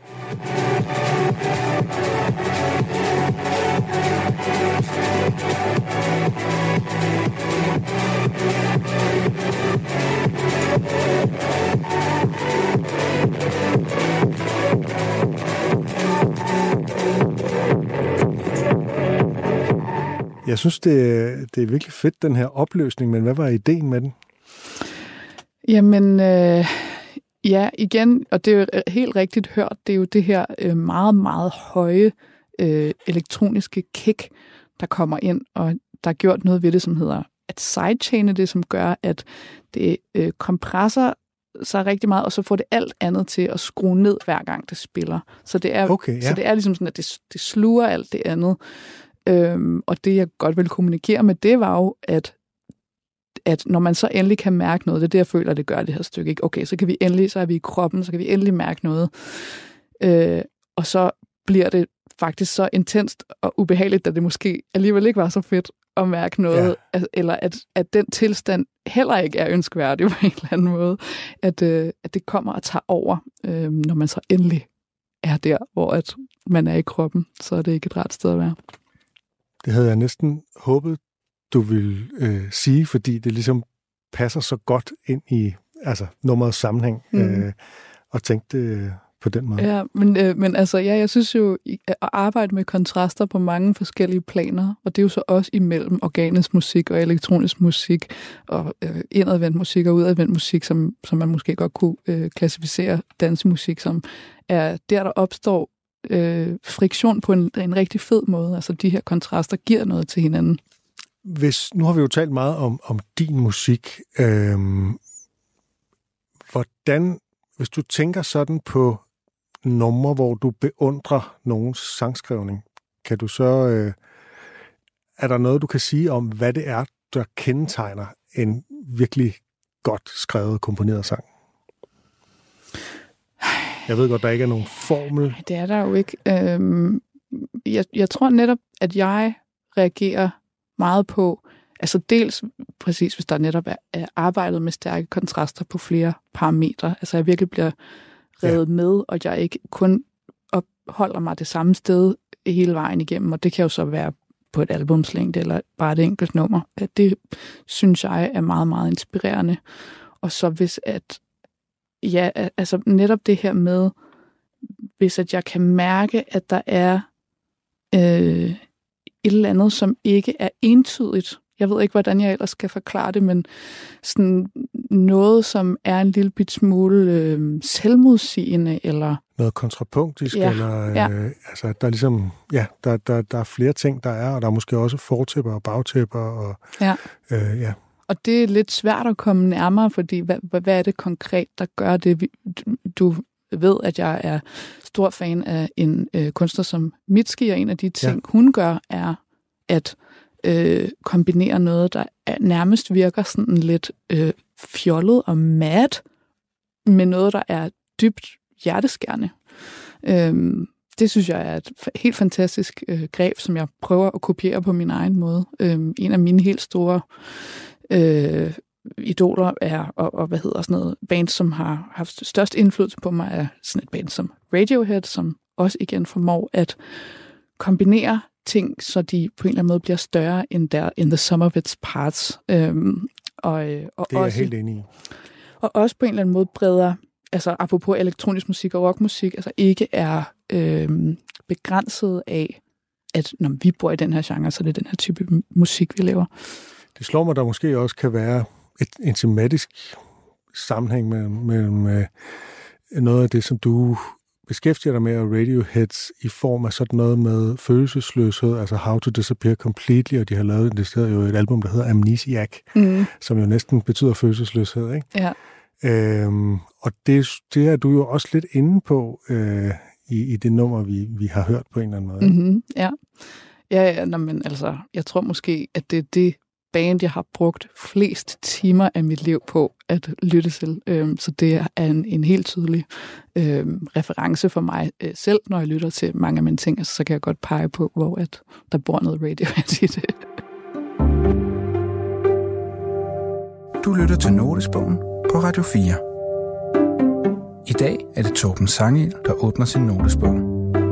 Jeg synes, det er virkelig fedt, den her opløsning, men hvad var ideen med den? Jamen, ja, igen, og det er jo helt rigtigt hørt, det er jo det her meget, meget høje elektroniske kick, der kommer ind, og der er gjort noget ved det, som hedder at sidechaine det, som gør, at det kompresser sig rigtig meget, og så får det alt andet til at skrue ned, hver gang det spiller. Så det er, okay, ja. Så det er ligesom sådan, at det sluger alt det andet. Og det, jeg godt vil kommunikere med, det var jo, at når man så endelig kan mærke noget, det er det, jeg føler, det gør det her stykke. Ikke? Okay, så kan vi endelig, så er vi i kroppen, så kan vi endelig mærke noget. Og så bliver det faktisk så intenst og ubehageligt, at det måske alligevel ikke var så fedt at mærke noget, ja. Eller at den tilstand heller ikke er ønskværdig på en eller anden måde. At det kommer og tager over, når man så endelig er der, hvor at man er i kroppen, så er det ikke et ret sted at være. Det havde jeg næsten håbet, du ville sige, fordi det ligesom passer så godt ind i nummerets sammenhæng, og tænkte på den måde. Ja, men altså, ja, jeg synes jo, at arbejde med kontraster på mange forskellige planer, og det er jo så også imellem organisk musik og elektronisk musik, og indadvendt musik og udadvendt musik, som man måske godt kunne klassificere dansemusik som, er der opstår friktion på en rigtig fed måde. Altså de her kontraster giver noget til hinanden. Nu har vi jo talt meget om din musik. Hvordan, hvis du tænker sådan på numre, hvor du beundrer nogens sangskrivning, kan du så... er der noget, du kan sige om, hvad det er, der kendetegner en virkelig godt skrevet, komponeret sang? Jeg ved godt, der ikke er nogen formel. Det er der jo ikke. Jeg tror netop, at jeg reagerer meget på, altså dels præcis, hvis der netop er arbejdet med stærke kontraster på flere parametre. Altså jeg virkelig bliver revet med, og jeg ikke kun opholder mig det samme sted hele vejen igennem, og det kan jo så være på et albumslængde eller bare et enkelt nummer. Det synes jeg er meget, meget inspirerende. Og så hvis at, ja, altså netop det her med, hvis at jeg kan mærke, at der er et eller andet, som ikke er entydigt. Jeg ved ikke, hvordan jeg ellers skal forklare det, men sådan noget, som er en lille bit smule selvmodsigende, eller... Noget kontrapunktisk, eller... Altså, der er ligesom... Ja, der er flere ting, der er, og der er måske også fortæpper og bagtæpper, og... Ja. Og det er lidt svært at komme nærmere, fordi hvad er det konkret, der gør det? Du ved, at jeg er stor fan af en kunstner som Mitski, og en af de ting, hun gør, er at kombinere noget, der nærmest virker sådan lidt fjollet og mad, med noget, der er dybt hjerteskærende. Det synes jeg er et helt fantastisk greb, som jeg prøver at kopiere på min egen måde. En af mine helt store idoler er, og hvad hedder sådan noget, band, som har haft størst indflydelse på mig, er sådan et band som Radiohead, som også igen formår at kombinere ting, så de på en eller anden måde bliver større end der in the sum of its parts. Det er jeg helt enig i. Og også på en eller anden måde breder, altså apropos elektronisk musik og rockmusik, altså ikke er begrænset af, at når vi bor i den her genre, så er det den her type musik, vi laver. Det slår mig, der måske også kan være en tematisk sammenhæng med noget af det, som du beskæftiger dig med, og Radioheads i form af sådan noget med følelsesløshed, altså How to Disappear Completely, og de har lavet et album, der hedder Amnesiac, som jo næsten betyder følelsesløshed, ikke? Ja. Og det er du jo også lidt inde på i det nummer, vi har hørt på en eller anden måde. Mm-hmm, ja. Ja, men altså, jeg tror måske, at det er det band, jeg har brugt flest timer af mit liv på at lytte til. Så det er en helt tydelig reference for mig selv, når jeg lytter til mange af mine ting. Altså, så kan jeg godt pege på, hvor at der bor noget Radiohead i det. Du lytter til Notesbogen på Radio 4. I dag er det Torben Sangel, der åbner sin notesbog.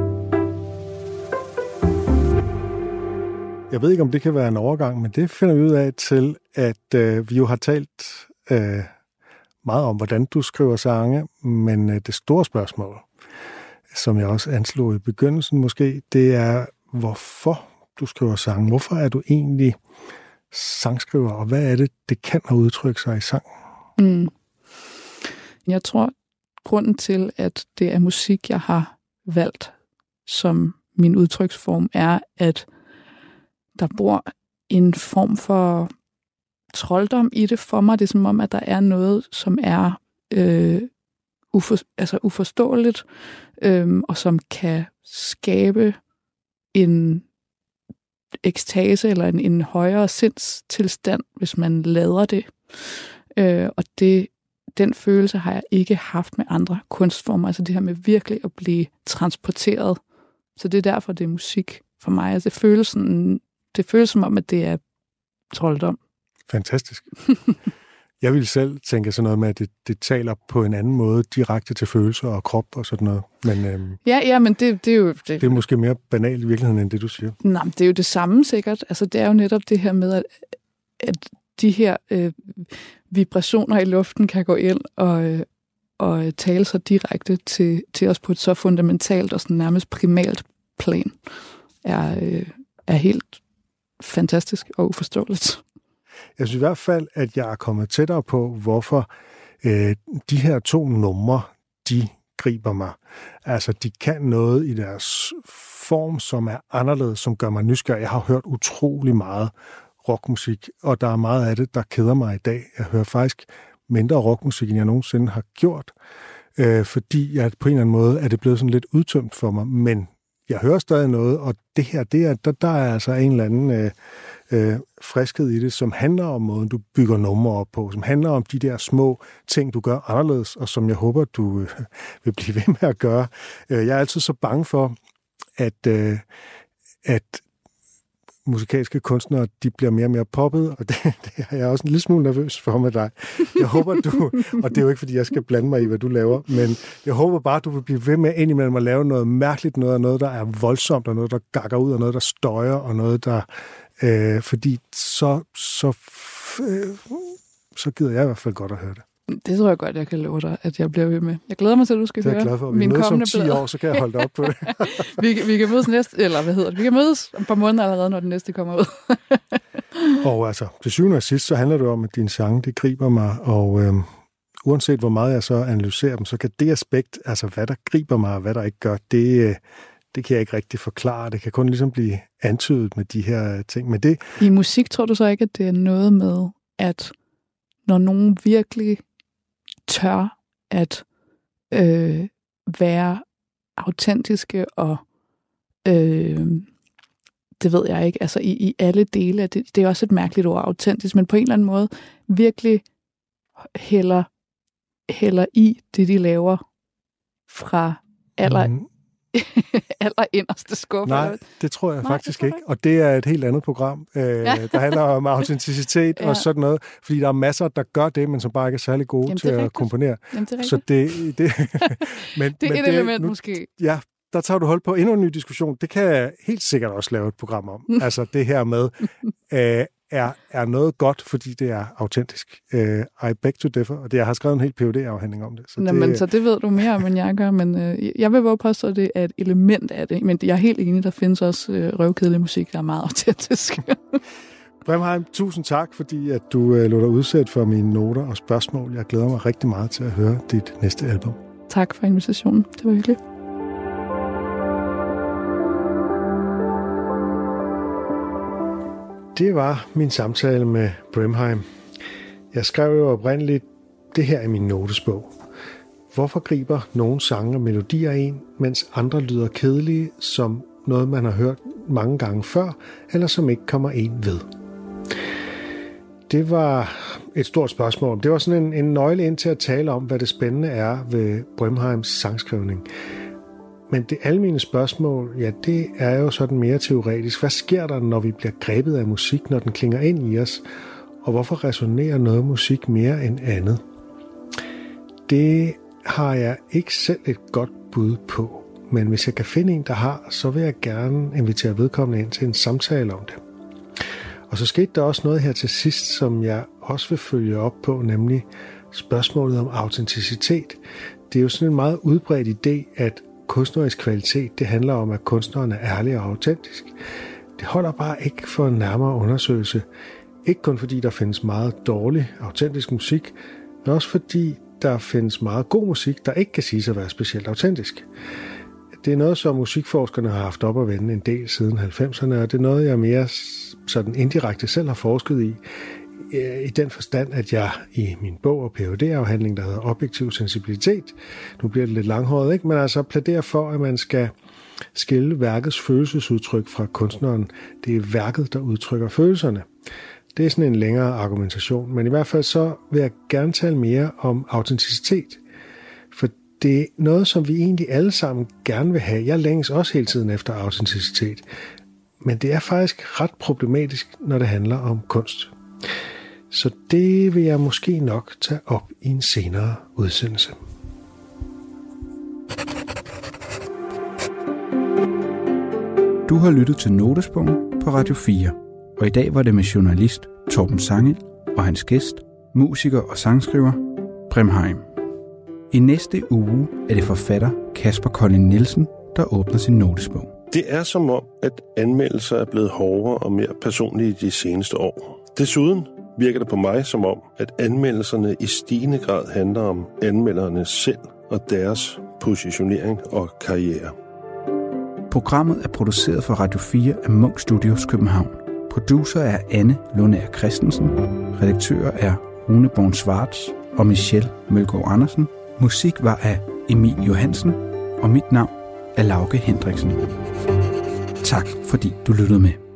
Jeg ved ikke, om det kan være en overgang, men det finder vi ud af til, at vi jo har talt meget om, hvordan du skriver sange, men det store spørgsmål, som jeg også anslog i begyndelsen måske, det er, hvorfor du skriver sange. Hvorfor er du egentlig sangskriver, og hvad er det kan at udtrykke sig i sang? Jeg tror, grunden til, at det er musik, jeg har valgt som min udtryksform, er, at der bor en form for trolddom i det for mig. Det er som om, at der er noget, som er uforståeligt, og som kan skabe en ekstase eller en højere sindstilstand, hvis man lader det. Og den følelse har jeg ikke haft med andre kunstformer. Altså det her med virkelig at blive transporteret. Så det er derfor, det er musik for mig. Altså det føles som om, at det er trolddom. Fantastisk. Jeg vil selv tænke sådan noget med, at det taler på en anden måde direkte til følelser og krop og sådan noget. Men, men det er jo... Det er måske mere banalt i virkeligheden, end det du siger. Nej, det er jo det samme sikkert. Altså det er jo netop det her med, at de her vibrationer i luften kan gå ind og tale så direkte til os på et så fundamentalt og sådan nærmest primalt plan, er helt fantastisk og uforståeligt. Jeg synes i hvert fald, at jeg er kommet tættere på, hvorfor de her to numre, de griber mig. Altså, de kan noget i deres form, som er anderledes, som gør mig nysgerrig. Jeg har hørt utrolig meget rockmusik, og der er meget af det, der keder mig i dag. Jeg hører faktisk mindre rockmusik, end jeg nogensinde har gjort, fordi jeg på en eller anden måde er det blevet sådan lidt udtømt for mig, men jeg hører stadig noget, og det her, der er altså en eller anden friskhed i det, som handler om måden, du bygger numre op på, som handler om de der små ting, du gør anderledes, og som jeg håber, du vil blive ved med at gøre. Jeg er altid så bange for, at musikalske kunstnere, de bliver mere og mere poppet, og det er jeg også en lille smule nervøs for med dig. Jeg håber, og det er jo ikke, fordi jeg skal blande mig i, hvad du laver, men jeg håber bare, du vil blive ved med indimellem at lave noget mærkeligt, noget, der er voldsomt, og noget, der gakker ud, og noget, der støjer, og noget, der... fordi så gider jeg i hvert fald godt at høre det. Det tror jeg godt, jeg kan love dig, at jeg bliver ved med. Jeg glæder mig til, at du skal høre min kommende blad. 10 år, så kan jeg holde dig op på det. vi kan mødes vi kan mødes om et par måneder allerede, når den næste kommer ud. Og altså, til syvende og sidst, så handler det om, at dine sange, det griber mig, og uanset hvor meget jeg så analyserer dem, så kan det aspekt, altså hvad der griber mig, og hvad der ikke gør, det kan jeg ikke rigtig forklare. Det kan kun ligesom blive antydet med de her ting. Men det... I musik tror du så ikke, at det er noget med, at når nogen virkelig tør at være autentiske og det ved jeg ikke, altså i alle dele, det er også et mærkeligt ord, autentisk, men på en eller anden måde virkelig hælder i det, de laver fra aller inderste skuffe. Nej, det tror jeg faktisk ikke. Og det er et helt andet program, der handler om autenticitet og sådan noget. Fordi der er masser, der gør det, men som bare ikke er særlig gode til at komponere. Jamen, det er så det men, det er et element måske. Ja, der tager du hold på endnu en ny diskussion. Det kan jeg helt sikkert også lave et program om. Altså det her med, er noget godt, fordi det er autentisk. I beg to differ, og jeg har skrevet en helt PhD-afhandling om det. Så det ved du mere om, end jeg gør, men jeg vil våge påstå, at det er et element af det. Men jeg er helt enig, der findes også røvkedelig musik, der er meget autentisk. Brimheim, tusind tak, fordi at du lod dig udsætte for mine noter og spørgsmål. Jeg glæder mig rigtig meget til at høre dit næste album. Tak for invitationen. Det var hyggeligt. Det var min samtale med Brimheim. Jeg skrev jo oprindeligt det her i min notesbog. Hvorfor griber nogle sange og melodier en, mens andre lyder kedelige, som noget man har hørt mange gange før, eller som ikke kommer en ved? Det var et stort spørgsmål. Det var sådan en nøgle ind til at tale om, hvad det spændende er ved Brimheims sangskrivning. Men det almene spørgsmål, ja, det er jo sådan mere teoretisk. Hvad sker der, når vi bliver grebet af musik, når den klinger ind i os? Og hvorfor resonerer noget musik mere end andet? Det har jeg ikke selv et godt bud på. Men hvis jeg kan finde en, der har, så vil jeg gerne invitere vedkommende ind til en samtale om det. Og så skete der også noget her til sidst, som jeg også vil følge op på, nemlig spørgsmålet om autenticitet. Det er jo sådan en meget udbredt idé, at kunstnerisk kvalitet, det handler om, at kunstneren er ærlig og autentisk. Det holder bare ikke for en nærmere undersøgelse. Ikke kun fordi der findes meget dårlig, autentisk musik, men også fordi der findes meget god musik, der ikke kan siges at være specielt autentisk. Det er noget, som musikforskerne har haft op at vende en del siden 90'erne, og det er noget, jeg mere sådan indirekte selv har forsket i den forstand, at jeg i min bog og Ph.D.-afhandling, der hedder Objektiv sensibilitet, nu bliver det lidt langhåret, ikke? Men altså plæderer for, at man skal skille værkets følelsesudtryk fra kunstneren. Det er værket, der udtrykker følelserne. Det er sådan en længere argumentation, men i hvert fald så vil jeg gerne tale mere om autenticitet. For det er noget, som vi egentlig alle sammen gerne vil have. Jeg længes også hele tiden efter autenticitet. Men det er faktisk ret problematisk, når det handler om kunst. Så det vil jeg måske nok tage op i en senere udsendelse. Du har lyttet til Notesbogen på Radio 4, og i dag var det med journalist Torben Sangel og hans gæst, musiker og sangskriver Brimheim. I næste uge er det forfatter Kasper Kolding Nielsen, der åbner sin notesbog. Det er som om, at anmeldelser er blevet hårdere og mere personlige de seneste år. Desuden virker det på mig som om, at anmeldelserne i stigende grad handler om anmelderne selv og deres positionering og karriere. Programmet er produceret for Radio 4 af Munch Studios København. Producer er Anne Lundager Christensen. Redaktører er Rune Born Schwartz og Michelle Mølgaard Andersen. Musik var af Emil Johansen, og mit navn er Lauke Hendriksen. Tak fordi du lyttede med.